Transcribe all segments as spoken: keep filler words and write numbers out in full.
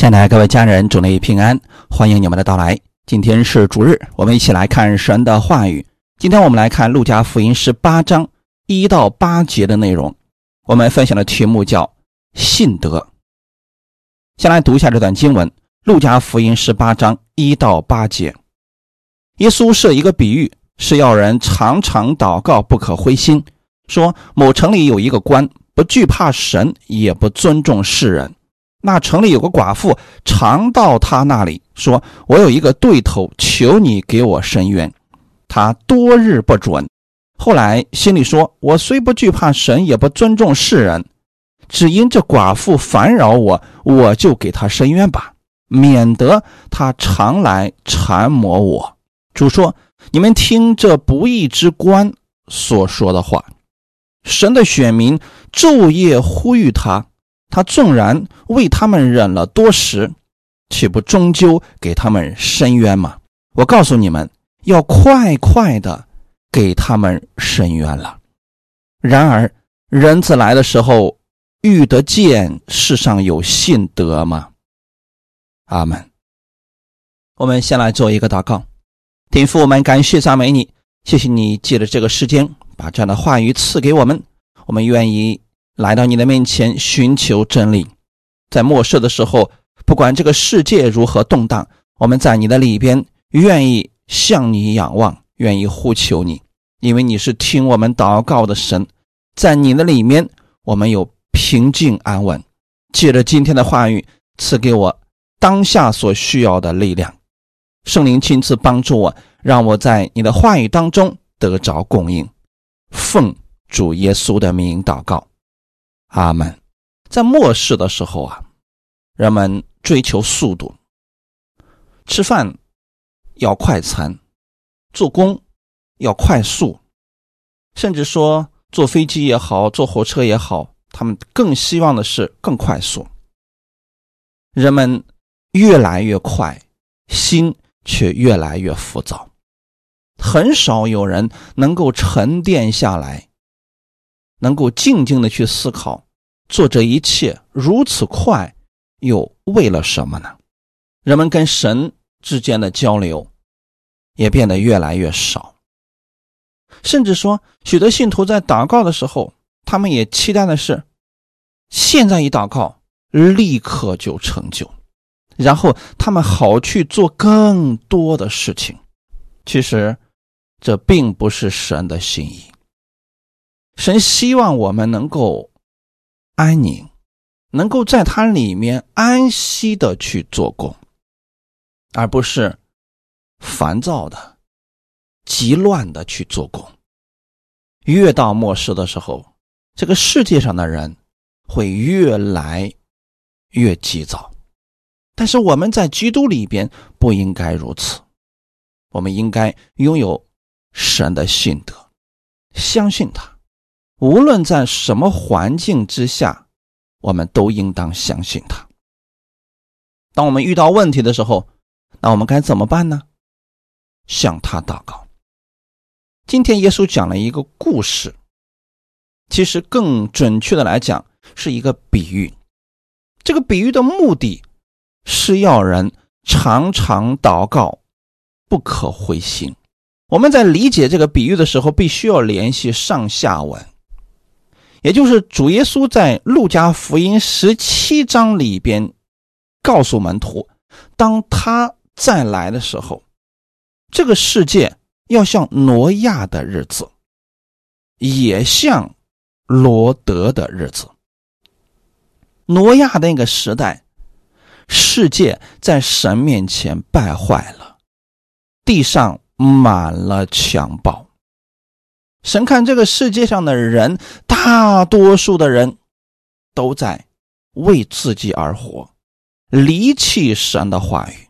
亲爱的各位家人，主内平安，欢迎你们的到来。今天是主日，我们一起来看神的话语。今天我们来看路加福音十八章一到八节的内容，我们分享的题目叫信德。先来读一下这段经文，路加福音十八章一到八节。耶稣设一个比喻，是要人常常祷告，不可灰心，说某城里有一个官，不惧怕神，也不尊重世人。那城里有个寡妇，常到他那里，说我有一个对头，求你给我伸冤。他多日不准，后来心里说，我虽不惧怕神，也不尊重世人，只因这寡妇烦扰我，我就给他伸冤吧，免得他常来缠磨我。主说，你们听这不义之官所说的话。神的选民昼夜呼吁他，他纵然为他们忍了多时，岂不终究给他们伸冤吗？我告诉你们，要快快的给他们伸冤了。然而人子来的时候，遇得见世上有信德吗？阿们。我们先来做一个祷告。天父，我们感谢赞美你，谢谢你借着这个时间把这样的话语赐给我们，我们愿意来到你的面前寻求真理。在末世的时候，不管这个世界如何动荡，我们在你的里边愿意向你仰望，愿意呼求你，因为你是听我们祷告的神。在你的里面我们有平静安稳。借着今天的话语赐给我当下所需要的力量，圣灵亲自帮助我，让我在你的话语当中得着供应。奉主耶稣的名祷告，阿们。在末世的时候啊，人们追求速度，吃饭要快餐，做工要快速，甚至说坐飞机也好，坐火车也好，他们更希望的是更快速。人们越来越快，心却越来越浮躁，很少有人能够沉淀下来，能够静静的去思考，做这一切如此快，又为了什么呢？人们跟神之间的交流也变得越来越少，甚至说许多信徒在祷告的时候，他们也期待的是现在一祷告立刻就成就，然后他们好去做更多的事情。其实这并不是神的心意。神希望我们能够安宁，能够在他里面安息的去做工，而不是烦躁的急乱的去做工。越到末世的时候，这个世界上的人会越来越急躁，但是我们在基督里边不应该如此。我们应该拥有神的信德，相信他，无论在什么环境之下，我们都应当相信他。当我们遇到问题的时候，那我们该怎么办呢？向他祷告。今天耶稣讲了一个故事，其实更准确的来讲是一个比喻。这个比喻的目的是要人常常祷告，不可灰心。我们在理解这个比喻的时候，必须要联系上下文，也就是主耶稣在路加福音十七章里边告诉门徒，当他再来的时候，这个世界要像挪亚的日子，也像罗德的日子。挪亚那个时代，世界在神面前败坏了，地上满了强暴。神看这个世界上的人，大多数的人都在为自己而活，离弃神的话语，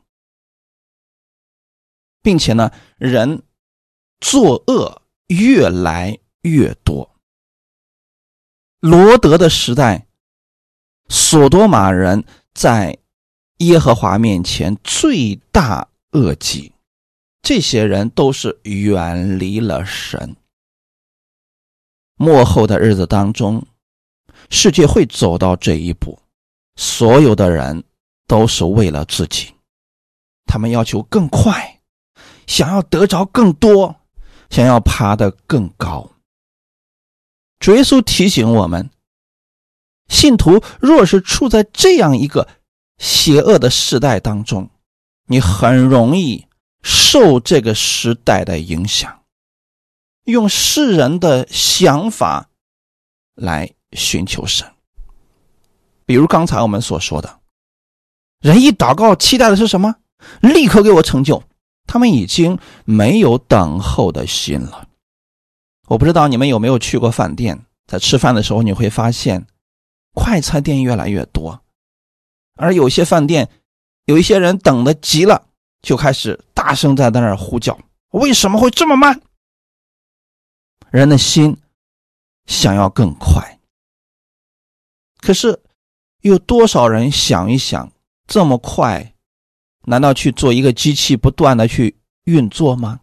并且呢，人作恶越来越多。罗德的时代，所多玛人在耶和华面前罪大恶极，这些人都是远离了神。末后的日子当中，世界会走到这一步，所有的人都是为了自己，他们要求更快，想要得着更多，想要爬得更高。主耶稣提醒我们，信徒若是处在这样一个邪恶的时代当中，你很容易受这个时代的影响，用世人的想法来寻求神。比如刚才我们所说的，人一祷告期待的是什么？立刻给我成就，他们已经没有等候的心了。我不知道你们有没有去过饭店，在吃饭的时候你会发现快餐店越来越多，而有些饭店有一些人等得急了，就开始大声在那儿呼叫，为什么会这么慢？人的心想要更快，可是有多少人想一想，这么快难道去做一个机器不断的去运作吗？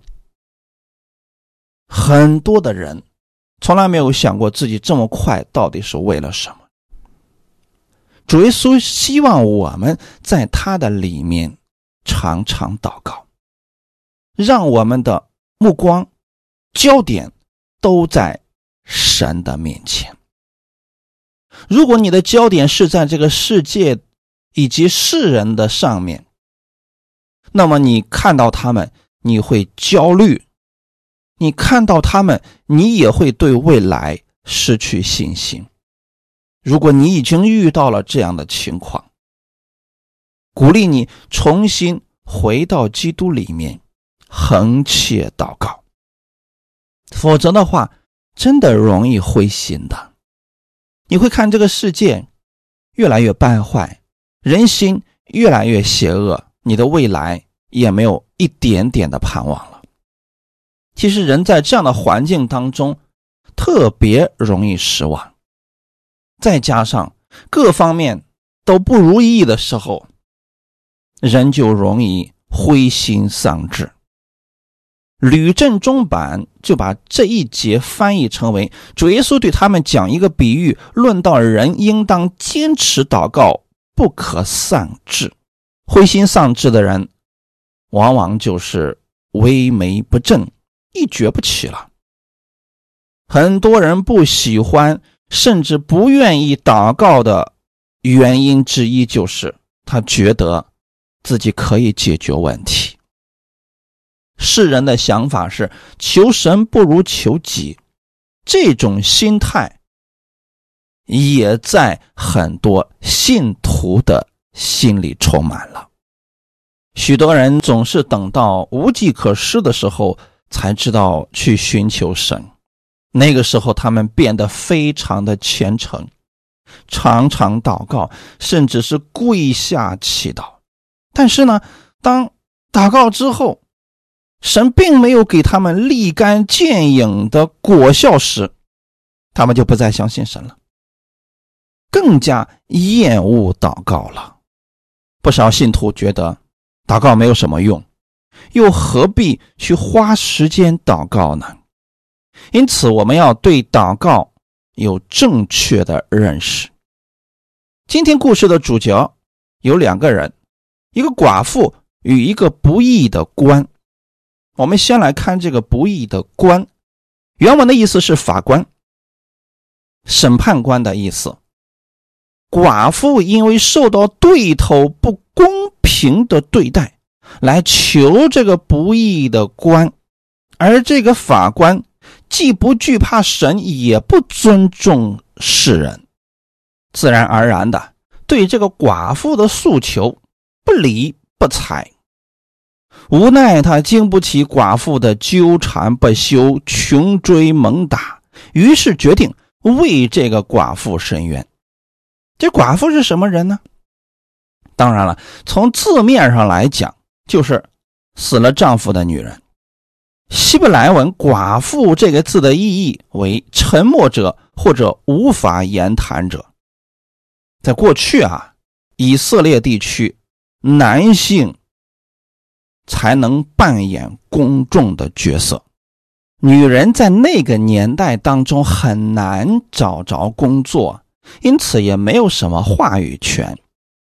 很多的人从来没有想过自己这么快到底是为了什么。主耶稣希望我们在他的里面常常祷告，让我们的目光焦点都在神的面前。如果你的焦点是在这个世界以及世人的上面，那么你看到他们你会焦虑，你看到他们你也会对未来失去信心。如果你已经遇到了这样的情况，鼓励你重新回到基督里面，横切祷告，否则的话真的容易灰心的。你会看这个世界越来越败坏，人心越来越邪恶，你的未来也没有一点点的盼望了。其实人在这样的环境当中特别容易失望，再加上各方面都不如意的时候，人就容易灰心丧志。吕振中版就把这一节翻译成为主耶稣对他们讲一个比喻，论到人应当坚持祷告，不可丧志。灰心丧志的人往往就是萎靡不振，一蹶不起了。很多人不喜欢甚至不愿意祷告的原因之一，就是他觉得自己可以解决问题。世人的想法是求神不如求己，这种心态也在很多信徒的心里充满了。许多人总是等到无计可施的时候才知道去寻求神，那个时候他们变得非常的虔诚，常常祷告，甚至是跪下祈祷。但是呢，当祷告之后，神并没有给他们立竿见影的果效时，他们就不再相信神了，更加厌恶祷告了。不少信徒觉得祷告没有什么用，又何必去花时间祷告呢？因此我们要对祷告有正确的认识。今天故事的主角有两个人，一个寡妇与一个不义的官。我们先来看这个不义的官，原文的意思是法官，审判官的意思。寡妇因为受到对头不公平的对待，来求这个不义的官，而这个法官既不惧怕神，也不尊重世人，自然而然的对这个寡妇的诉求不理不睬。无奈他经不起寡妇的纠缠不休，穷追猛打，于是决定为这个寡妇伸冤。这寡妇是什么人呢？当然了，从字面上来讲，就是死了丈夫的女人。希伯来文寡妇这个字的意义为沉默者或者无法言谈者。在过去啊，以色列地区男性才能扮演公众的角色，女人在那个年代当中很难找着工作，因此也没有什么话语权。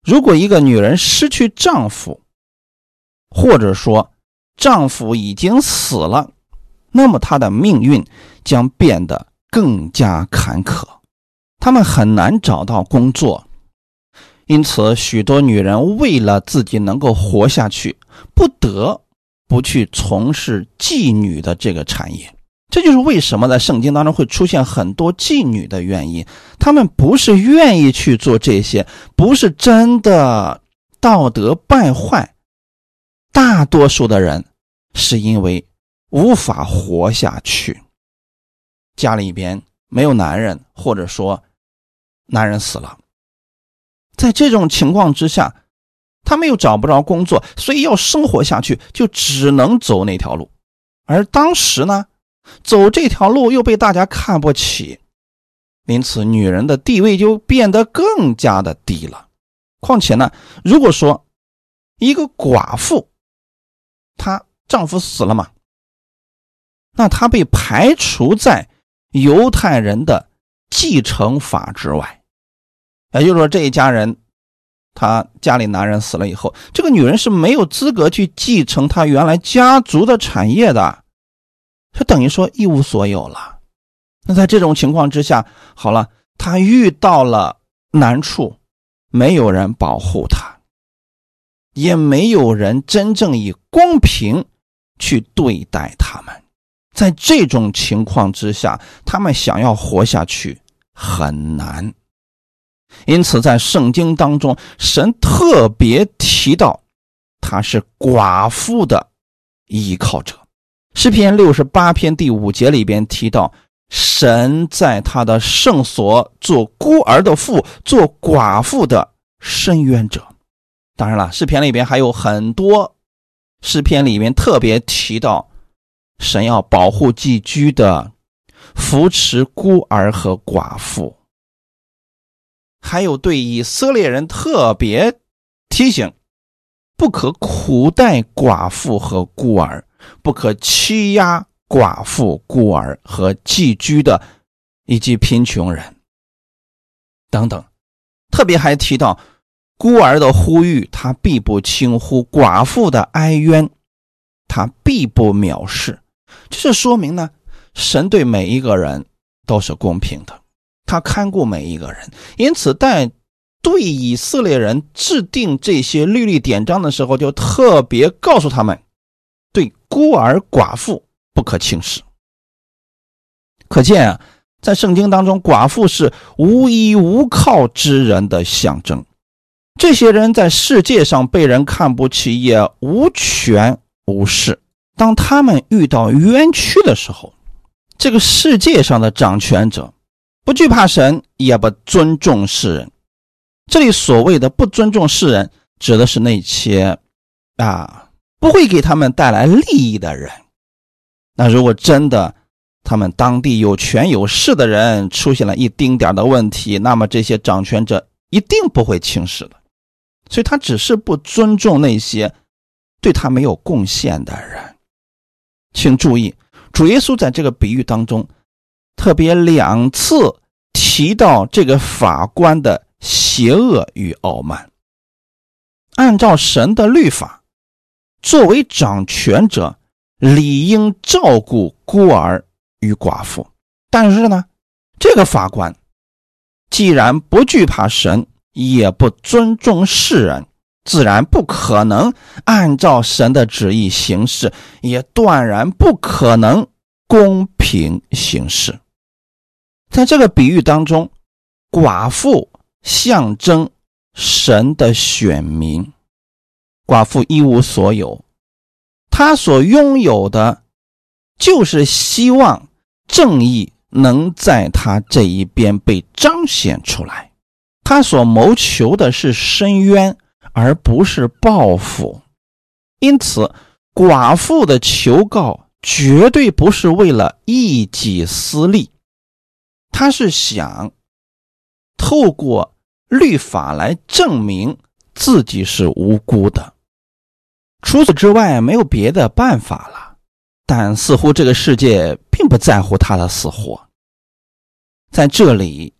如果一个女人失去丈夫，或者说丈夫已经死了，那么她的命运将变得更加坎坷，她们很难找到工作。因此许多女人为了自己能够活下去，不得不去从事妓女的这个产业。这就是为什么在圣经当中会出现很多妓女的原因。她们不是愿意去做这些，不是真的道德败坏，大多数的人是因为无法活下去，家里边没有男人，或者说男人死了，在这种情况之下，他们又找不着工作，所以要生活下去就只能走那条路。而当时呢，走这条路又被大家看不起，因此女人的地位就变得更加的低了。况且呢，如果说一个寡妇，她丈夫死了嘛，那她被排除在犹太人的继承法之外。也就是说，这一家人他家里男人死了以后，这个女人是没有资格去继承他原来家族的产业的，这等于说一无所有了。那在这种情况之下，好了，她遇到了难处，没有人保护她，也没有人真正以公平去对待他们。在这种情况之下，他们想要活下去很难。因此在圣经当中，神特别提到他是寡妇的依靠者。诗篇六十八篇第五节里边提到，神在他的圣所做孤儿的父，做寡妇的伸冤者。当然了，诗篇里边还有很多诗篇里面特别提到神要保护寄居的，扶持孤儿和寡妇，还有对以色列人特别提醒，不可苦待寡妇和孤儿，不可欺压寡妇、孤儿和寄居的以及贫穷人等等。特别还提到孤儿的呼吁他必不轻忽，寡妇的哀冤他必不藐视。这是说明呢，神对每一个人都是公平的，他看顾每一个人。因此在对以色列人制定这些律例典章的时候，就特别告诉他们，对孤儿寡妇不可轻视。可见啊，在圣经当中，寡妇是无依无靠之人的象征。这些人在世界上被人看不起，也无权无势。当他们遇到冤屈的时候，这个世界上的掌权者不惧怕神，也不尊重世人。这里所谓的不尊重世人，指的是那些啊不会给他们带来利益的人。那如果真的他们当地有权有势的人出现了一丁点的问题，那么这些掌权者一定不会轻视的。所以他只是不尊重那些对他没有贡献的人。请注意，主耶稣在这个比喻当中特别两次提到这个法官的邪恶与傲慢。按照神的律法，作为掌权者理应照顾孤儿与寡妇，但是呢，这个法官既然不惧怕神，也不尊重世人，自然不可能按照神的旨意行事，也断然不可能公平行事。在这个比喻当中，寡妇象征神的选民。寡妇一无所有，她所拥有的就是希望正义能在她这一边被彰显出来。她所谋求的是伸冤，而不是报复。因此寡妇的求告绝对不是为了一己私利，她是想透过律法来证明自己是无辜的。除此之外没有别的办法了，但似乎这个世界并不在乎她的死活。在这里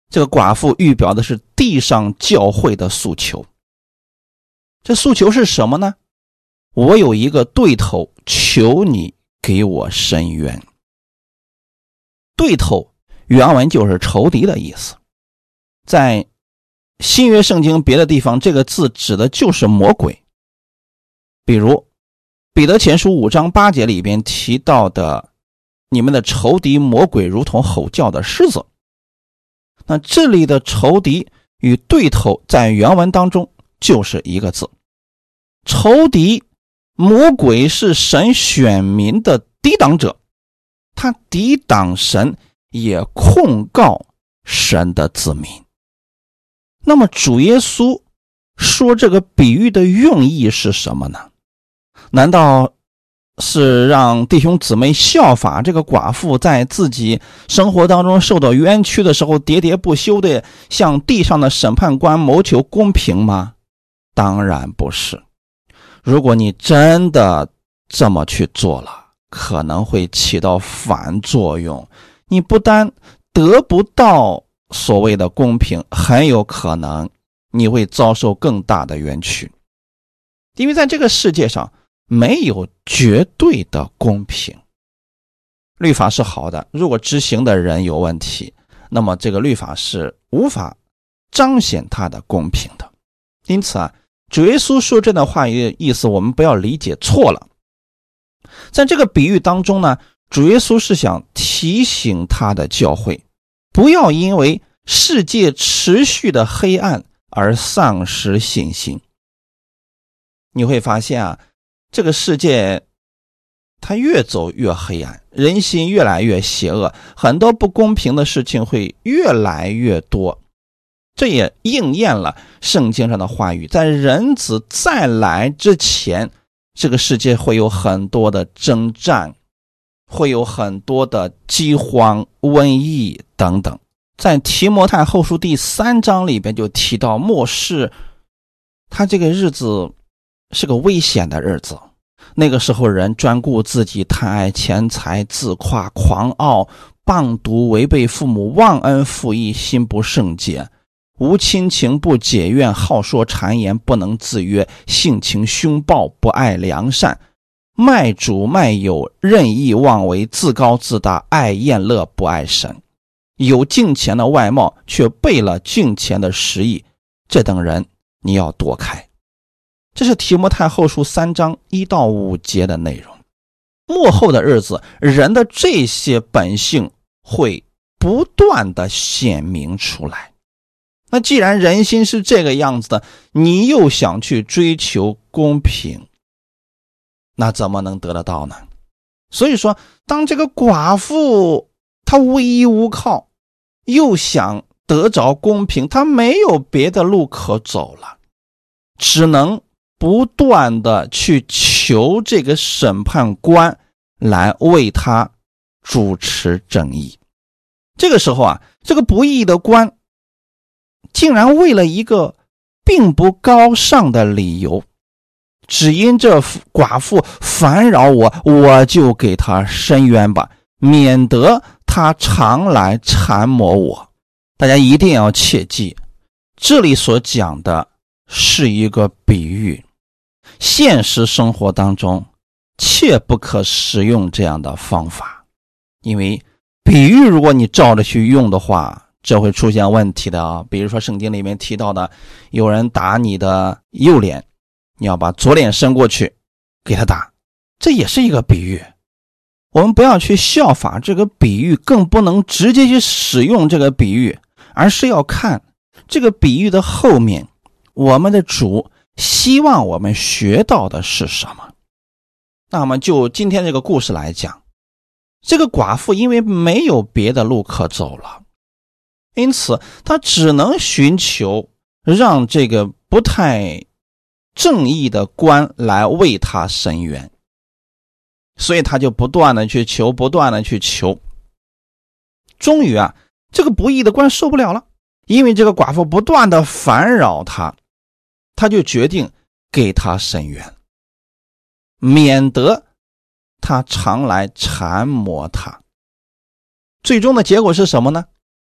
这个寡妇预表的是地上教会的诉求。这诉求是什么呢？我有一个对头，求你给我伸冤。对头原文就是仇敌的意思，在新约圣经别的地方，这个字指的就是魔鬼。比如彼得前书五章八节里边提到的，你们的仇敌魔鬼如同吼叫的狮子。那这里的仇敌与对头在原文当中就是一个字。仇敌魔鬼是神选民的抵挡者，他抵挡神，也控告神的子民。那么主耶稣说这个比喻的用意是什么呢？难道是让弟兄姊妹效法这个寡妇在自己生活当中受到冤屈的时候喋喋不休地向地上的审判官谋求公平吗？当然不是。如果你真的这么去做了，可能会起到反作用。你不但得不到所谓的公平，很有可能你会遭受更大的冤屈。因为在这个世界上没有绝对的公平。律法是好的，如果执行的人有问题，那么这个律法是无法彰显它的公平的。因此啊，主耶稣说这段话语的意思，我们不要理解错了。在这个比喻当中呢，主耶稣是想提醒他的教会，不要因为世界持续的黑暗而丧失信心。你会发现啊，这个世界它越走越黑暗，人心越来越邪恶，很多不公平的事情会越来越多。这也应验了圣经上的话语，在人子再来之前，这个世界会有很多的征战，会有很多的饥荒、瘟疫等等。在提摩太后书第三章里边就提到，末世他这个日子是个危险的日子。那个时候人专顾自己，贪爱钱财，自夸狂傲，谤毒，违背父母，忘恩负义，心不圣洁，无亲情，不解怨，好说谗言，不能自约，性情凶暴，不爱良善，卖主卖友，任意妄为，自高自大，爱宴乐，不爱神，有敬虔的外貌，却背了敬虔的实意，这等人你要躲开。这是提摩太后书三章一到五节的内容。末后的日子，人的这些本性会不断的显明出来。那既然人心是这个样子的，你又想去追求公平，那怎么能得得到呢？所以说，当这个寡妇她无依无靠，又想得着公平，她没有别的路可走了，只能不断的去求这个审判官来为他主持正义。这个时候啊，这个不义的官竟然为了一个并不高尚的理由，只因这寡妇烦扰我，我就给他伸冤吧，免得他常来缠磨我。大家一定要切记，这里所讲的是一个比喻，现实生活当中切不可使用这样的方法。因为比喻如果你照着去用的话，这会出现问题的啊。比如说圣经里面提到的，有人打你的右脸，你要把左脸伸过去给他打，这也是一个比喻。我们不要去效法这个比喻，更不能直接去使用这个比喻，而是要看这个比喻的后面，我们的主希望我们学到的是什么。那么就今天这个故事来讲，这个寡妇因为没有别的路可走了，因此她只能寻求让这个不太正义的官来为她伸冤，所以她就不断的去求，不断的去求。终于啊，这个不义的官受不了了，因为这个寡妇不断的烦扰他，他就决定给他伸冤，免得他常来缠磨他。最终的结果是什么呢？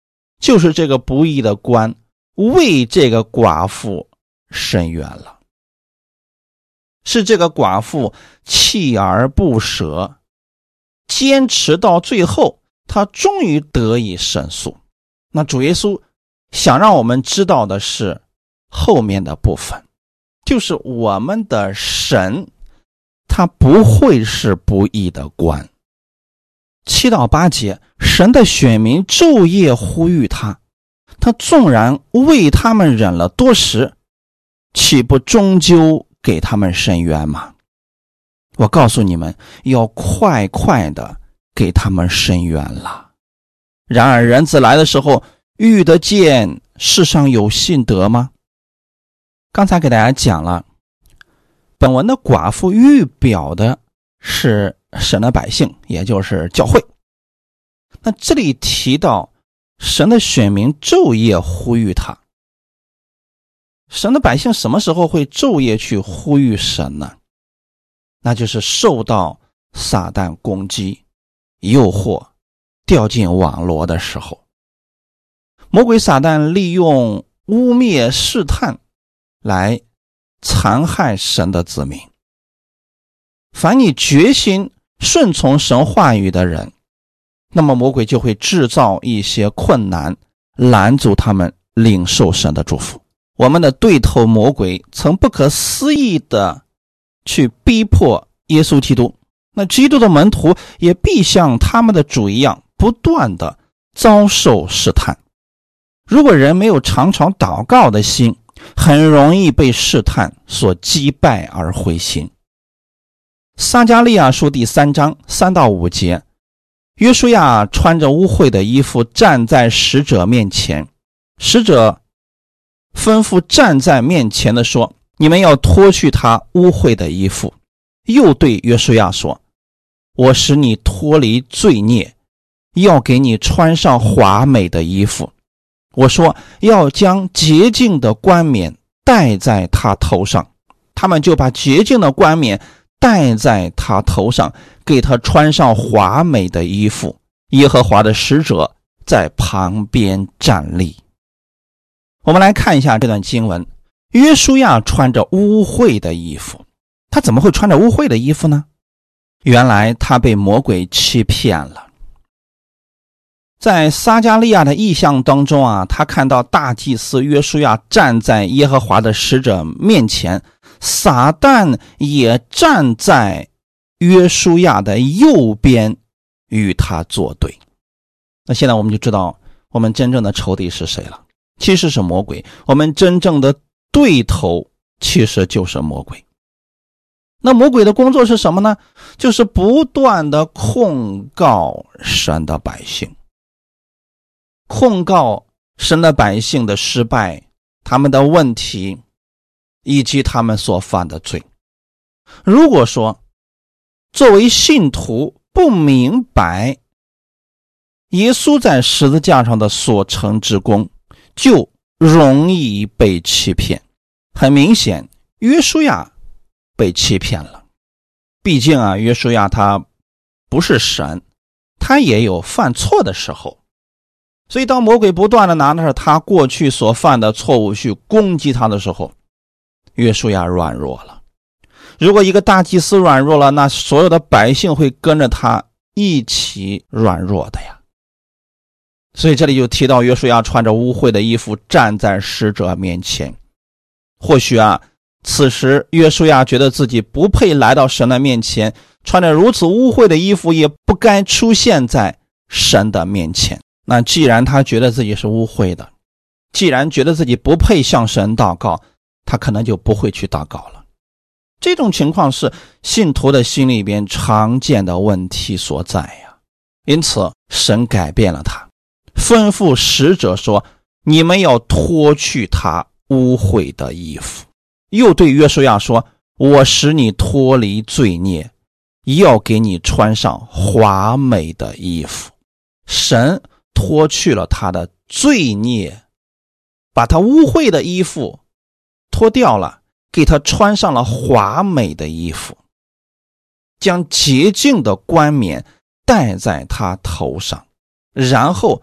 就是这个不义的官为这个寡妇伸冤了，是这个寡妇锲而不舍，坚持到最后，他终于得以胜诉。那主耶稣想让我们知道的是后面的部分，就是我们的神他不会是不义的官。七到八节，神的选民昼夜呼吁他，他纵然为他们忍了多时，岂不终究给他们伸冤吗？我告诉你们，要快快的给他们伸冤了。然而人子来的时候，遇得见世上有信德吗？刚才给大家讲了，本文的寡妇预表的是神的百姓，也就是教会。那这里提到神的选民昼夜呼吁他，神的百姓什么时候会昼夜去呼吁神呢？那就是受到撒旦攻击、诱惑、掉进网罗的时候。魔鬼撒旦利用污蔑试探来残害神的子民。凡你决心顺从神话语的人，那么魔鬼就会制造一些困难，拦阻他们领受神的祝福。我们的对头魔鬼曾不可思议的去逼迫耶稣基督，那基督的门徒也必像他们的主一样，不断的遭受试探。如果人没有常常祷告的心，很容易被试探所击败而灰心。撒迦利亚书第三章三到五节，约书亚穿着污秽的衣服站在使者面前，使者吩咐站在面前的说，你们要脱去他污秽的衣服。又对约书亚说，我使你脱离罪孽，要给你穿上华美的衣服。我说要将洁净的冠冕戴在他头上，他们就把洁净的冠冕戴在他头上，给他穿上华美的衣服。耶和华的使者在旁边站立。我们来看一下这段经文，约书亚穿着污秽的衣服，他怎么会穿着污秽的衣服呢？原来他被魔鬼欺骗了。在撒迦利亚的异象当中啊，他看到大祭司约书亚站在耶和华的使者面前，撒旦也站在约书亚的右边与他作对。那现在我们就知道我们真正的仇敌是谁了，其实是魔鬼。我们真正的对头其实就是魔鬼。那魔鬼的工作是什么呢？就是不断的控告神的百姓，控告神的百姓的失败，他们的问题，以及他们所犯的罪。如果说作为信徒不明白耶稣在十字架上的所成之功，就容易被欺骗。很明显，约书亚被欺骗了。毕竟啊，约书亚他不是神，他也有犯错的时候。所以当魔鬼不断的拿着他过去所犯的错误去攻击他的时候，约书亚软弱了。如果一个大祭司软弱了，那所有的百姓会跟着他一起软弱的呀。所以这里就提到约书亚穿着污秽的衣服站在使者面前。或许啊，此时约书亚觉得自己不配来到神的面前，穿着如此污秽的衣服也不该出现在神的面前。那既然他觉得自己是污秽的，既然觉得自己不配向神祷告，他可能就不会去祷告了。这种情况是信徒的心里边常见的问题所在呀。因此神改变了他，吩咐使者说，你们要脱去他污秽的衣服。又对约书亚说，我使你脱离罪孽，要给你穿上华美的衣服。神脱去了他的罪孽，把他污秽的衣服脱掉了，给他穿上了华美的衣服，将洁净的冠冕戴在他头上，然后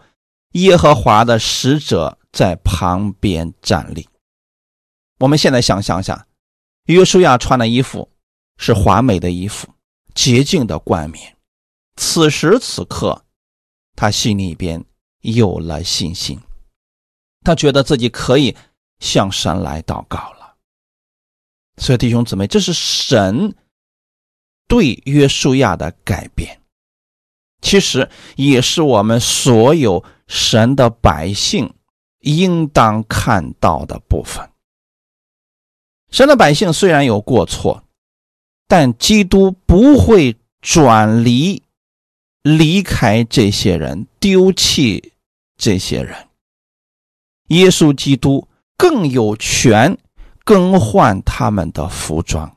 耶和华的使者在旁边站立。我们现在想象一下，约书亚穿的衣服是华美的衣服，洁净的冠冕。此时此刻，他心里边有了信心，他觉得自己可以向神来祷告了。所以弟兄姊妹，这是神对约书亚的改变，其实也是我们所有神的百姓应当看到的部分。神的百姓虽然有过错，但基督不会转离离开这些人，丢弃这些人。耶稣基督更有权更换他们的服装，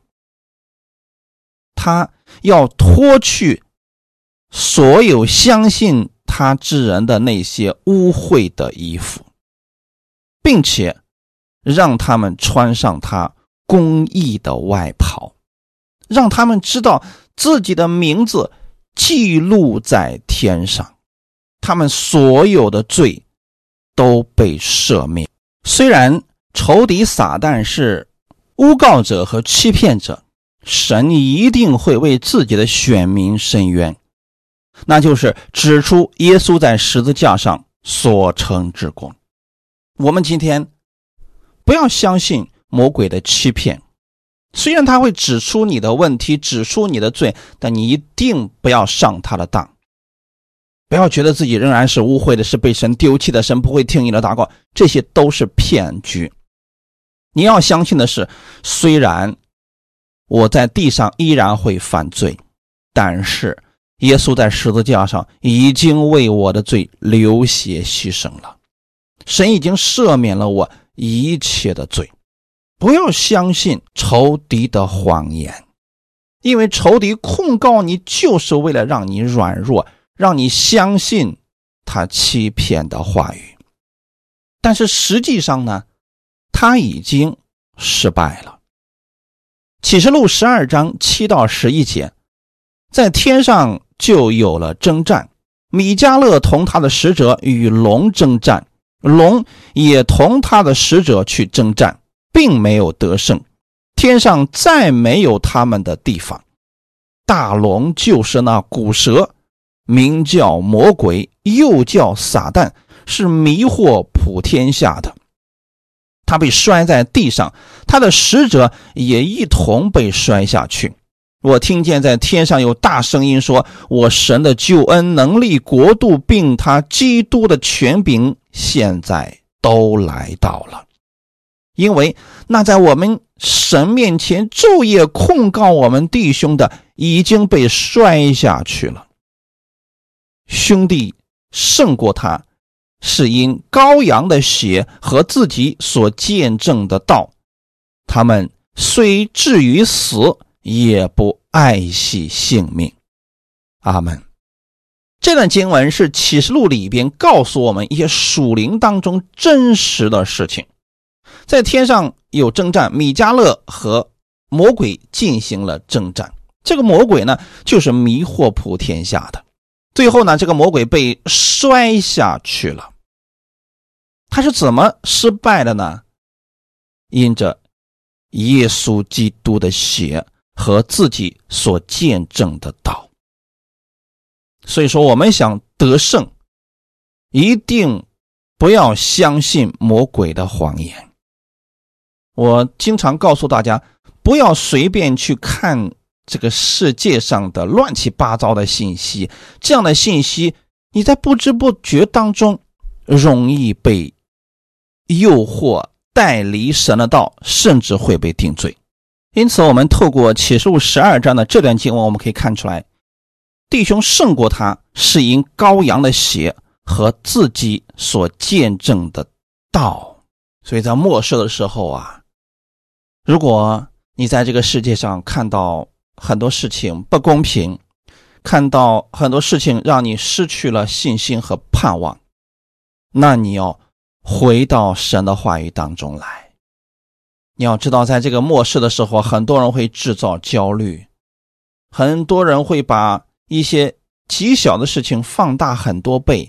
他要脱去所有相信他之人的那些污秽的衣服，并且让他们穿上他公义的外袍，让他们知道自己的名字记录在天上，他们所有的罪都被赦免。虽然仇敌撒旦是诬告者和欺骗者，神一定会为自己的选民伸冤，那就是指出耶稣在十字架上所成之功。我们今天不要相信魔鬼的欺骗，虽然他会指出你的问题，指出你的罪，但你一定不要上他的当。不要觉得自己仍然是污秽的，是被神丢弃的，神不会听你的祷告，这些都是骗局。你要相信的是，虽然我在地上依然会犯罪，但是耶稣在十字架上已经为我的罪流血牺牲了，神已经赦免了我一切的罪。不要相信仇敌的谎言，因为仇敌控告你就是为了让你软弱，让你相信他欺骗的话语。但是实际上呢，他已经失败了。启示录十二章七到十一节，在天上就有了征战，米迦勒同他的使者与龙征战，龙也同他的使者去征战，并没有得胜，天上再没有他们的地方。大龙就是那古蛇，名叫魔鬼，又叫撒旦，是迷惑普天下的。他被摔在地上，他的使者也一同被摔下去。我听见在天上有大声音说，我神的救恩、能力、国度并他基督的权柄现在都来到了。因为那在我们神面前昼夜控告我们弟兄的已经被摔下去了。兄弟胜过他，是因羔羊的血和自己所见证的道，他们虽至于死，也不爱惜性命。阿们。这段经文是启示录里边告诉我们一些属灵当中真实的事情。在天上有征战，米迦勒和魔鬼进行了征战。这个魔鬼呢，就是迷惑普天下的。最后呢，这个魔鬼被摔下去了。他是怎么失败的呢？因着耶稣基督的血和自己所见证的道。所以说我们想得胜，一定不要相信魔鬼的谎言。我经常告诉大家，不要随便去看这个世界上的乱七八糟的信息，这样的信息你在不知不觉当中容易被诱惑带离神的道，甚至会被定罪。因此我们透过启示录十二章的这段经文，我们可以看出来，弟兄胜过他是因羔羊的血和自己所见证的道。所以在末世的时候啊，如果你在这个世界上看到很多事情不公平，看到很多事情让你失去了信心和盼望，那你要回到神的话语当中来。你要知道，在这个末世的时候，很多人会制造焦虑，很多人会把一些极小的事情放大很多倍，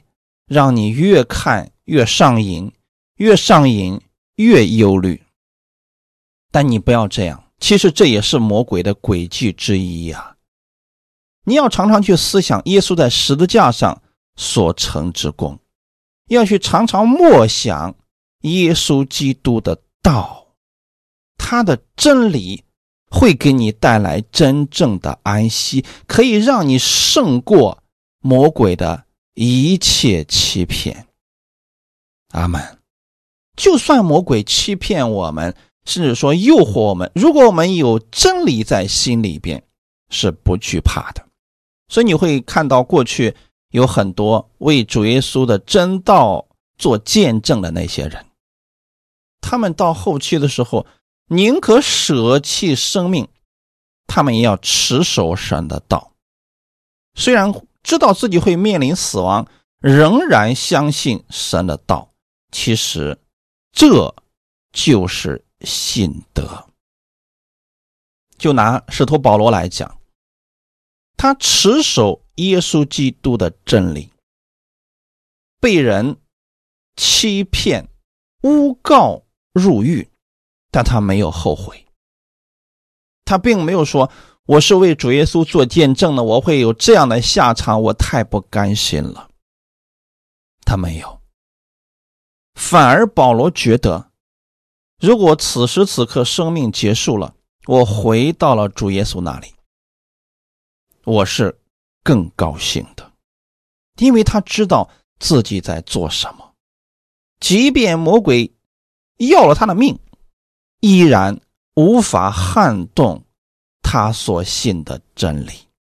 让你越看越上瘾，越上瘾越忧虑。但你不要这样，其实这也是魔鬼的诡计之一呀。你要常常去思想耶稣在十字架上所成之功，要去常常默想耶稣基督的道，他的真理会给你带来真正的安息，可以让你胜过魔鬼的一切欺骗。阿们。就算魔鬼欺骗我们，甚至说诱惑我们，如果我们有真理在心里边，是不惧怕的。所以你会看到过去有很多为主耶稣的真道做见证的那些人，他们到后期的时候宁可舍弃生命，他们也要持守神的道。虽然知道自己会面临死亡，仍然相信神的道。其实这就是信德。就拿使徒保罗来讲，他持守耶稣基督的真理，被人欺骗诬告入狱，但他没有后悔。他并没有说我是为主耶稣做见证的，我会有这样的下场，我太不甘心了。他没有，反而保罗觉得，如果此时此刻生命结束了，我回到了主耶稣那里，我是更高兴的，因为他知道自己在做什么。即便魔鬼要了他的命，依然无法撼动他所信的真理。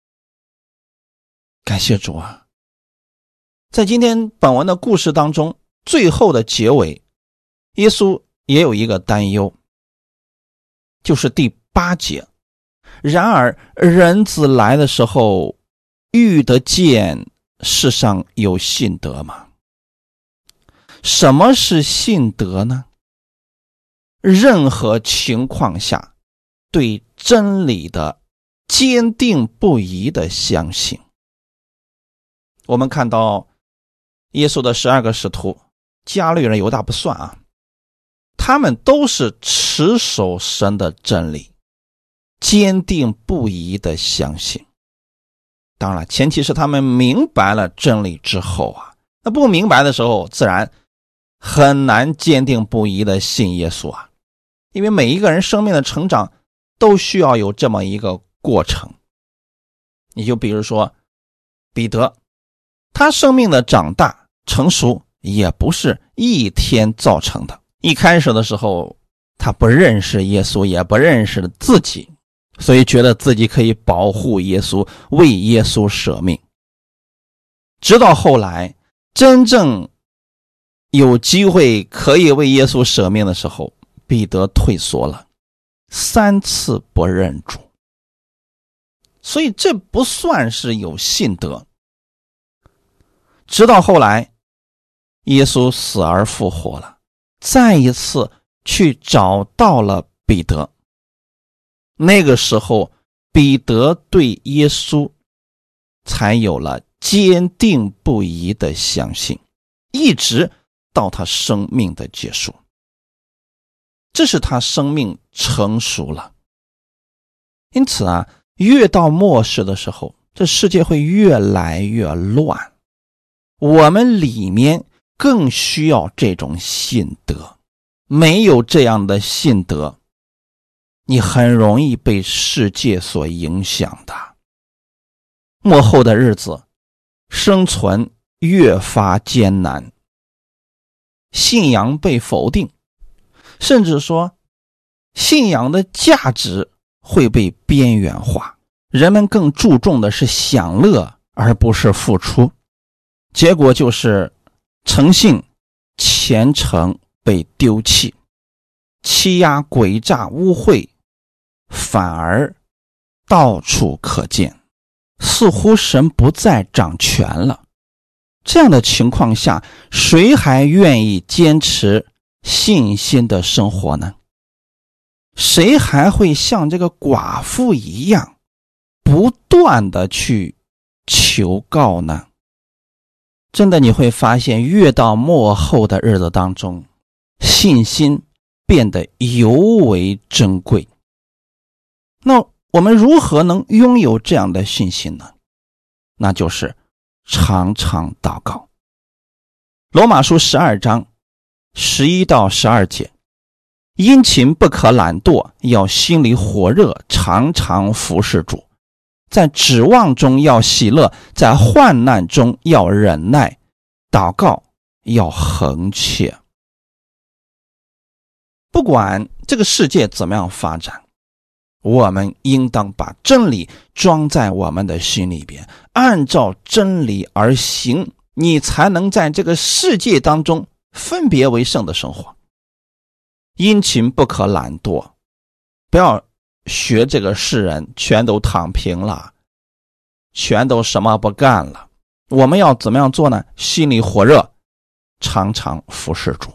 感谢主啊！在今天本文的故事当中，最后的结尾，耶稣也有一个担忧，就是第八节。然而人子来的时候，遇得见世上有信德吗？什么是信德呢？任何情况下对真理的坚定不移的相信。我们看到耶稣的十二个使徒，加略人犹大不算啊，他们都是持守神的真理，坚定不移的相信。当然前提是他们明白了真理之后啊，那不明白的时候自然很难坚定不移的信耶稣啊。因为每一个人生命的成长都需要有这么一个过程。你就比如说彼得，他生命的长大成熟也不是一天造成的。一开始的时候他不认识耶稣，也不认识自己，所以觉得自己可以保护耶稣，为耶稣舍命。直到后来真正有机会可以为耶稣舍命的时候，彼得退缩了，三次不认主。所以这不算是有信德。直到后来耶稣死而复活了，再一次去找到了彼得，那个时候彼得对耶稣才有了坚定不移的相信，一直到他生命的结束。这是他生命成熟了。因此啊，越到末世的时候，这世界会越来越乱，我们里面更需要这种信德。没有这样的信德，你很容易被世界所影响的。末后的日子，生存越发艰难，信仰被否定，甚至说信仰的价值会被边缘化，人们更注重的是享乐而不是付出，结果就是诚信虔诚被丢弃，欺压诡诈污秽反而到处可见，似乎神不再掌权了。这样的情况下，谁还愿意坚持信心的生活呢？谁还会像这个寡妇一样不断的去求告呢？ 真的你会发现，越到末后的日子当中，信心变得尤为珍贵。那我们如何能拥有这样的信心呢？那就是常常祷告。罗马书十二章十一到十二节，殷勤不可懒惰，要心里火热，常常服侍主，在指望中要喜乐，在患难中要忍耐，祷告要恒切。不管这个世界怎么样发展，我们应当把真理装在我们的心里边，按照真理而行，你才能在这个世界当中分别为圣的生活。殷勤不可懒惰，不要学这个世人全都躺平了，全都什么不干了。我们要怎么样做呢？心里火热，常常服侍主。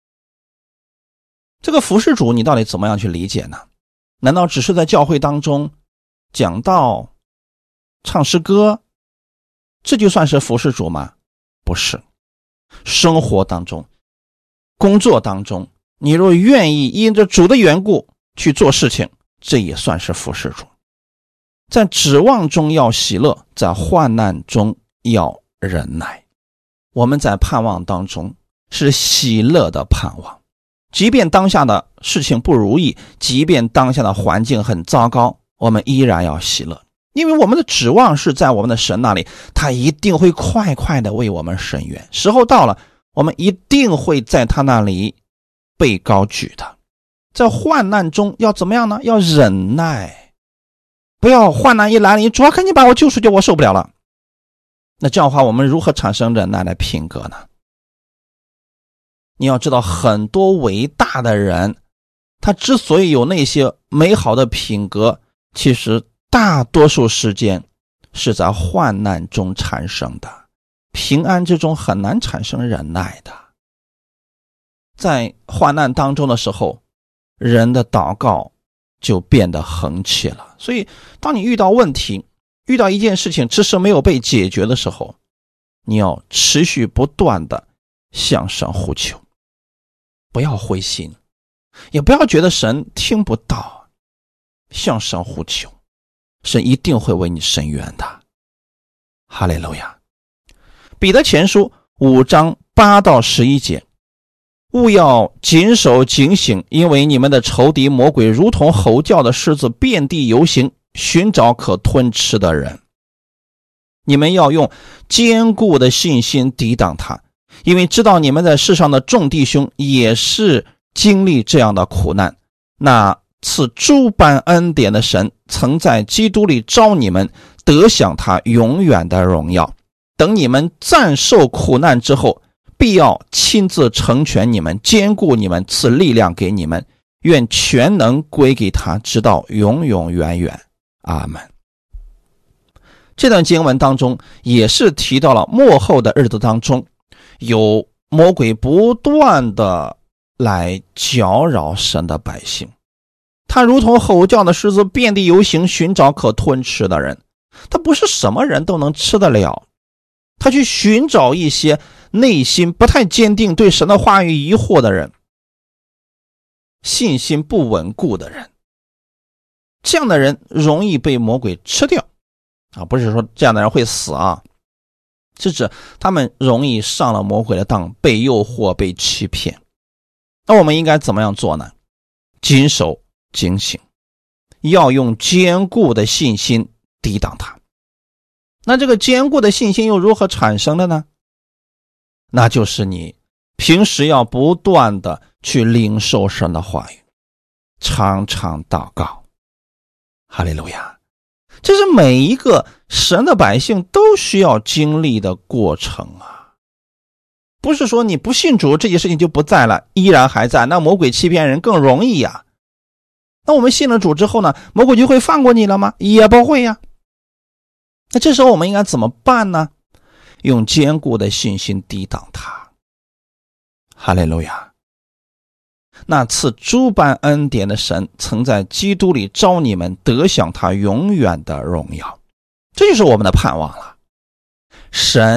这个服侍主你到底怎么样去理解呢？难道只是在教会当中讲道、唱诗歌，这就算是服侍主吗？不是。生活当中、工作当中，你若愿意因着主的缘故去做事情，这也算是服侍主。在指望中要喜乐，在患难中要忍耐。我们在盼望当中是喜乐的盼望，即便当下的事情不如意，即便当下的环境很糟糕，我们依然要喜乐，因为我们的指望是在我们的神那里，他一定会快快的为我们伸冤，时候到了，我们一定会在他那里被高举的。在患难中要怎么样呢？要忍耐，不要患难一来，你主要赶紧把我救出去，我受不了了。那这样的话，我们如何产生忍耐的品格呢？你要知道，很多伟大的人，他之所以有那些美好的品格，其实大多数时间是在患难中产生的，平安之中很难产生忍耐的。在患难当中的时候，人的祷告就变得恒切了。所以当你遇到问题，遇到一件事情迟迟没有被解决的时候，你要持续不断的向神呼求，不要灰心，也不要觉得神听不到，向神呼求，神一定会为你伸冤的。哈利路亚。彼得前书五章八到十一节，务要谨守警醒，因为你们的仇敌魔鬼如同吼叫的狮子，遍地游行，寻找可吞吃的人。你们要用坚固的信心抵挡他，因为知道你们在世上的众弟兄也是经历这样的苦难。那赐诸般恩典的神，曾在基督里召你们，得享他永远的荣耀。等你们暂受苦难之后，必要亲自成全你们，坚固你们，赐力量给你们。愿全能归给他，直到永永远远。阿们。这段经文当中也是提到了末后的日子当中，有魔鬼不断的来搅扰神的百姓，他如同吼叫的狮子，遍地游行，寻找可吞吃的人。他不是什么人都能吃得了，他去寻找一些内心不太坚定，对神的话语疑惑的人，信心不稳固的人。这样的人容易被魔鬼吃掉啊，不是说这样的人会死啊，是指他们容易上了魔鬼的当，被诱惑，被欺骗。那我们应该怎么样做呢？谨守警醒，要用坚固的信心抵挡他。那这个坚固的信心又如何产生的呢？那就是你平时要不断的去领受神的话语，常常祷告。哈利路亚。这是每一个神的百姓都需要经历的过程啊！不是说你不信主，这些事情就不在了，依然还在，那魔鬼欺骗人更容易呀。那我们信了主之后呢，魔鬼就会放过你了吗？也不会呀。那这时候我们应该怎么办呢？用坚固的信心抵挡他。哈利路亚。那赐诸般恩典的神，曾在基督里召你们，得享他永远的荣耀。这就是我们的盼望了。神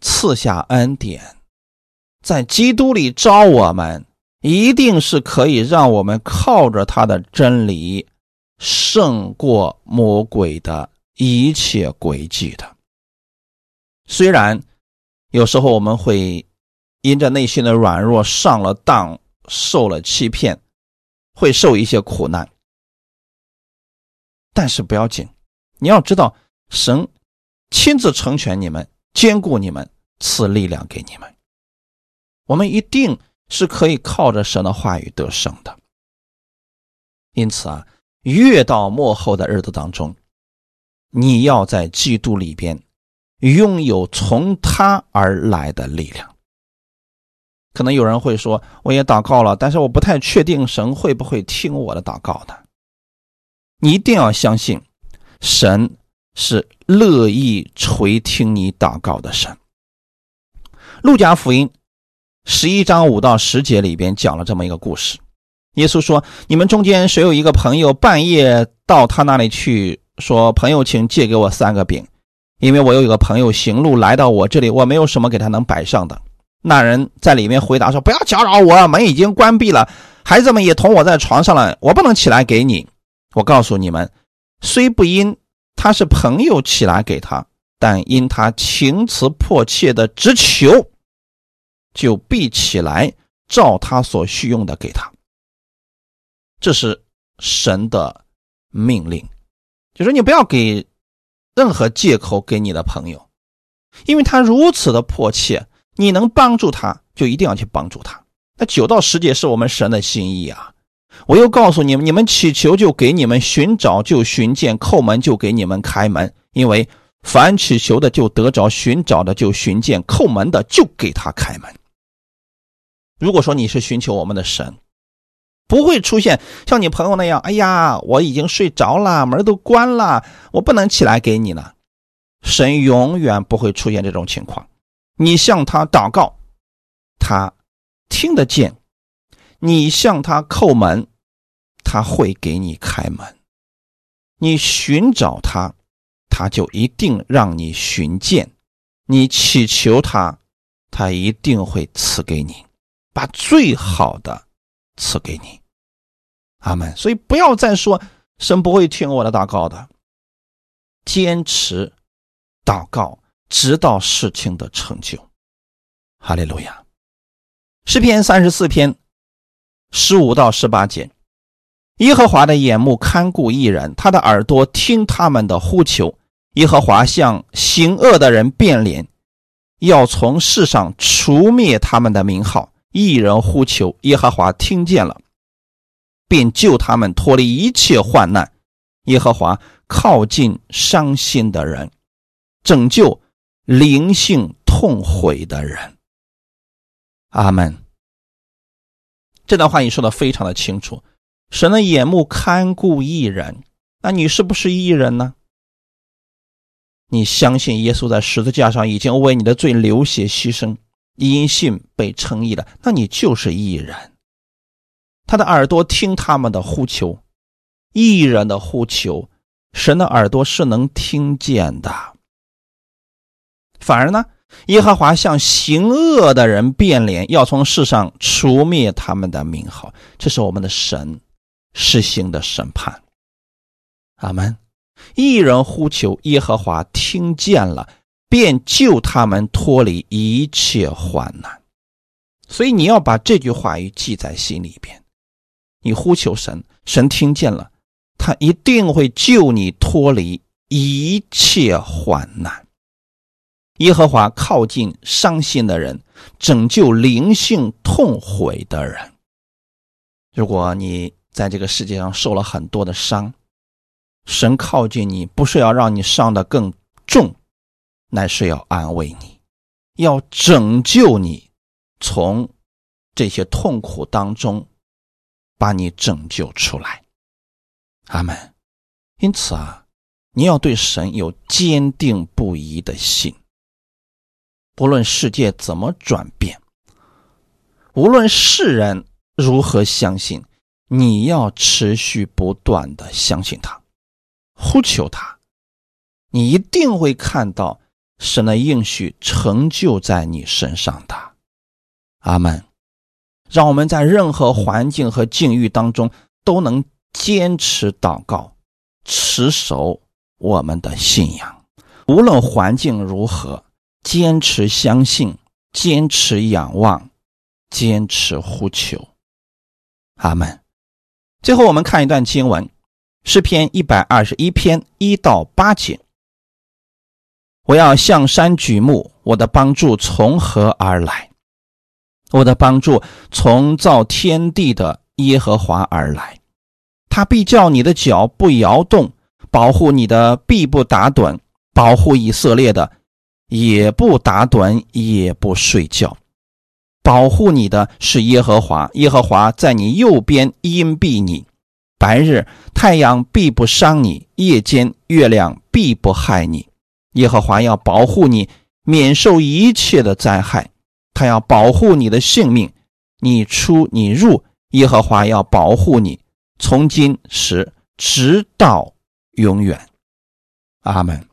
赐下恩典，在基督里招我们，一定是可以让我们靠着他的真理胜过魔鬼的一切诡计的。虽然有时候我们会因着内心的软弱上了当，受了欺骗，会受一些苦难，但是不要紧，你要知道神亲自成全你们，坚固你们，赐力量给你们。我们一定是可以靠着神的话语得胜的。因此啊，越到末后的日子当中，你要在基督里边拥有从他而来的力量。可能有人会说，我也祷告了，但是我不太确定神会不会听我的祷告呢？你一定要相信，神是乐意垂听你祷告的神。路加福音十一章五到十节里边讲了这么一个故事。耶稣说，你们中间谁有一个朋友半夜到他那里去，说，朋友请借给我三个饼，因为我有一个朋友行路来到我这里，我没有什么给他能摆上的。那人在里面回答说，不要搅扰我，门已经关闭了，孩子们也同我在床上了，我不能起来给你。我告诉你们，虽不因他是朋友起来给他，但因他情辞迫切的直求，就必起来照他所需用的给他。这是神的命令，就是你不要给任何借口给你的朋友，因为他如此的迫切，你能帮助他就一定要去帮助他。那九到十节是我们神的心意啊。我又告诉你们，你们祈求就给你们，寻找就寻见，叩门就给你们开门，因为凡祈求的就得着，寻找的就寻见，叩门的就给他开门。如果说你是寻求我们的神，不会出现像你朋友那样，哎呀，我已经睡着了，门都关了，我不能起来给你了。神永远不会出现这种情况。你向他祷告，他听得见；你向他叩门，他会给你开门；你寻找他，他就一定让你寻见；你祈求他，他一定会赐给你，把最好的赐给你。阿们。所以不要再说神不会听我的祷告的，坚持祷告直到事情的成就。哈利路亚。诗篇三十四篇十五到十八节，耶和华的眼目看顾义人，他的耳朵听他们的呼求。耶和华向行恶的人变脸，要从世上除灭他们的名号。义人呼求，耶和华听见了，便救他们脱离一切患难。耶和华靠近伤心的人，拯救灵性痛悔的人。阿们。这段话语说得非常的清楚，神的眼目看顾义人，那你是不是义人呢？你相信耶稣在十字架上已经为你的罪流血牺牲，因信被称义了，那你就是义人。他的耳朵听他们的呼求，义人的呼求，神的耳朵是能听见的。反而呢，耶和华向行恶的人变脸，要从世上除灭他们的名号。这是我们的神施行的审判。阿们。义人呼求，耶和华听见了，便救他们脱离一切患难。所以你要把这句话语记在心里边，你呼求神，神听见了，他一定会救你脱离一切患难。耶和华靠近伤心的人，拯救灵性痛悔的人。如果你在这个世界上受了很多的伤，神靠近你，不是要让你伤得更重，乃是要安慰你，要拯救你，从这些痛苦当中把你拯救出来。阿们。因此啊，你要对神有坚定不移的信。不论世界怎么转变，无论世人如何相信，你要持续不断的相信他，呼求他，你一定会看到神的应许成就在你身上的。阿们。让我们在任何环境和境遇当中都能坚持祷告，持守我们的信仰。无论环境如何，坚持相信，坚持仰望，坚持呼求。阿们。最后我们看一段经文，诗篇一百二十一篇一到八节。我要向山举目，我的帮助从何而来？我的帮助从造天地的耶和华而来。他必叫你的脚不摇动，保护你的必不打盹，保护以色列的也不打盹，也不睡觉。保护你的是耶和华，耶和华在你右边荫庇你。白日太阳必不伤你，夜间月亮必不害你。耶和华要保护你，免受一切的灾害。他要保护你的性命，你出你入，耶和华要保护你，从今时直到永远。阿们。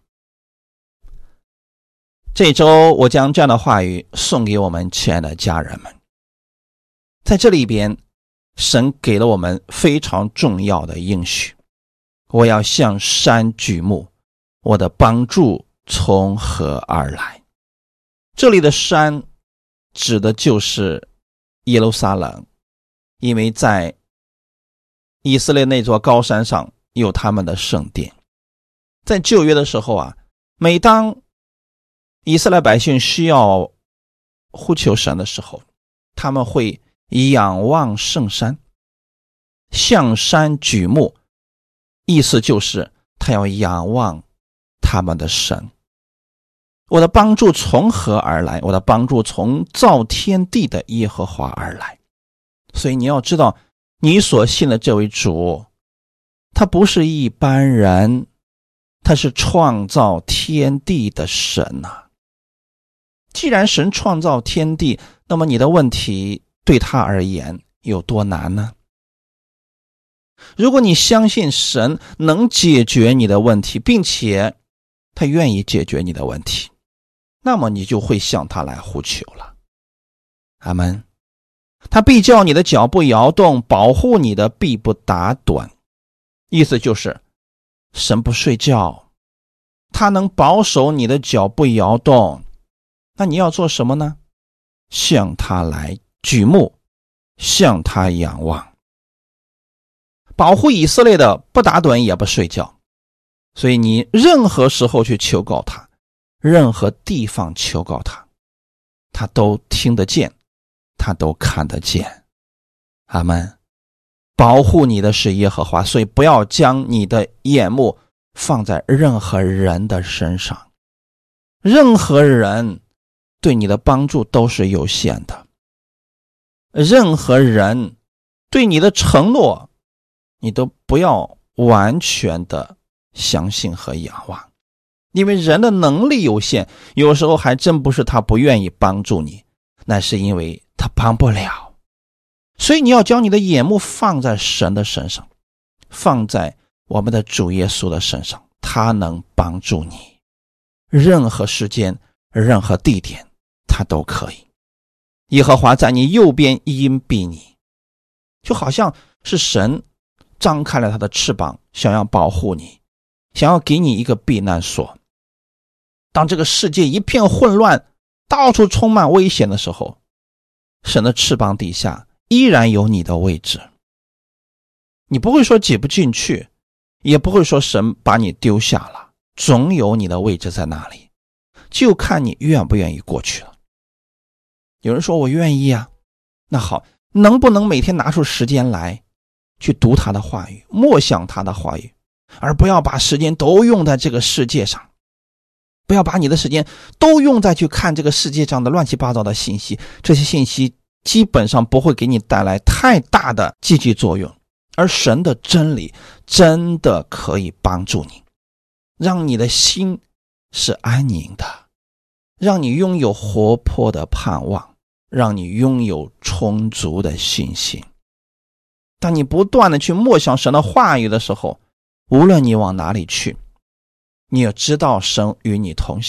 这周我将这样的话语送给我们亲爱的家人们。在这里边，神给了我们非常重要的应许。我要向山举目，我的帮助从何而来？这里的山指的就是耶路撒冷，因为在以色列那座高山上有他们的圣殿。在旧约的时候啊，每当以色列百姓需要呼求神的时候，他们会仰望圣山，向山举目，意思就是他要仰望他们的神。我的帮助从何而来？我的帮助从造天地的耶和华而来。所以你要知道，你所信的这位主，他不是一般人，他是创造天地的神啊。既然神创造天地，那么你的问题对他而言有多难呢？如果你相信神能解决你的问题，并且他愿意解决你的问题，那么你就会向他来呼求了。阿们。他必叫你的脚不摇动，保护你的必不打盹。意思就是神不睡觉，他能保守你的脚不摇动。那你要做什么呢？向他来举目，向他仰望。保护以色列的不打盹也不睡觉。所以你任何时候去求告他，任何地方求告他，他都听得见，他都看得见。阿们。保护你的是耶和华，所以不要将你的眼目放在任何人的身上。任何人对你的帮助都是有限的，任何人对你的承诺你都不要完全的相信和仰望，因为人的能力有限，有时候还真不是他不愿意帮助你，那是因为他帮不了。所以你要将你的眼目放在神的身上，放在我们的主耶稣的身上，他能帮助你，任何时间任何地点他都可以。耶和华在你右边荫庇你，就好像是神张开了他的翅膀，想要保护你，想要给你一个避难所。当这个世界一片混乱，到处充满危险的时候，神的翅膀底下依然有你的位置。你不会说挤不进去，也不会说神把你丢下了，总有你的位置在那里，就看你愿不愿意过去了。有人说我愿意啊，那好，能不能每天拿出时间来去读他的话语，默想他的话语，而不要把时间都用在这个世界上，不要把你的时间都用在去看这个世界上的乱七八糟的信息，这些信息基本上不会给你带来太大的积极作用，而神的真理真的可以帮助你，让你的心是安宁的，让你拥有活泼的盼望，让你拥有充足的信心。当你不断的去默想神的话语的时候，无论你往哪里去，你也知道神与你同行，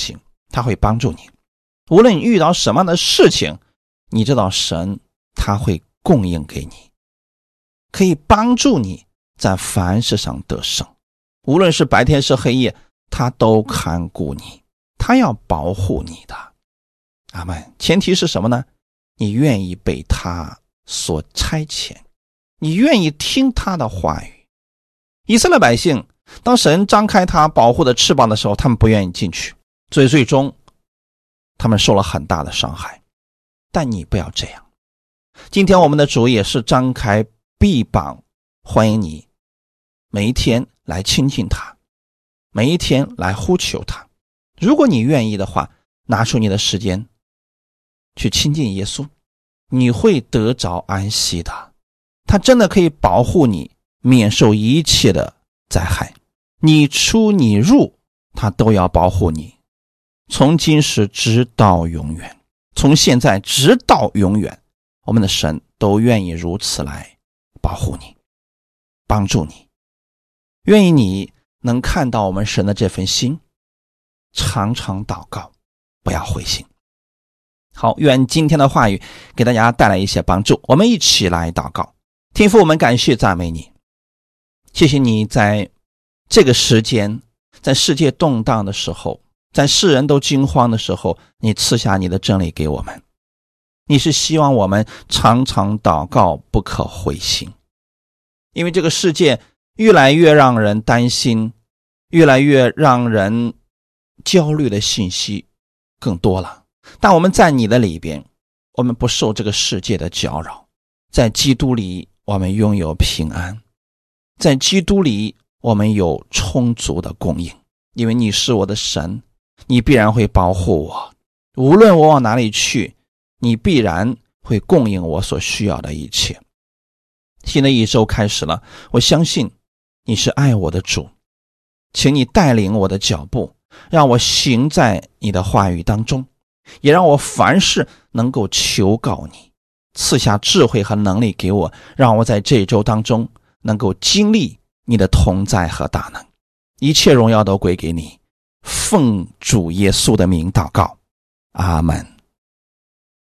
他会帮助你。无论你遇到什么样的事情，你知道神他会供应给你，可以帮助你在凡事上得胜。无论是白天是黑夜，他都看顾你，他要保护你的。阿们。前提是什么呢？你愿意被他所差遣，你愿意听他的话语。以色列百姓当神张开他保护的翅膀的时候，他们不愿意进去，所以最终他们受了很大的伤害。但你不要这样，今天我们的主也是张开臂膀欢迎你，每一天来亲近他，每一天来呼求他。如果你愿意的话，拿出你的时间去亲近耶稣，你会得着安息的。他真的可以保护你免受一切的灾害，你出你入他都要保护你，从今时直到永远，从现在直到永远，我们的神都愿意如此来保护你，帮助你。愿意你能看到我们神的这份心，常常祷告，不要灰心。好，愿今天的话语给大家带来一些帮助。我们一起来祷告。天父，我们感谢赞美你，谢谢你在这个时间，在世界动荡的时候，在世人都惊慌的时候，你赐下你的真理给我们。你是希望我们常常祷告，不可灰心。因为这个世界越来越让人担心，越来越让人焦虑的信息更多了。但我们在你的里边，我们不受这个世界的搅扰，在基督里我们拥有平安，在基督里我们有充足的供应。因为你是我的神，你必然会保护我，无论我往哪里去，你必然会供应我所需要的一切。新的一周开始了，我相信你是爱我的主，请你带领我的脚步，让我行在你的话语当中，也让我凡事能够求告你，赐下智慧和能力给我，让我在这一周当中能够经历你的同在和大能。一切荣耀都归给你，奉主耶稣的名祷告，阿们。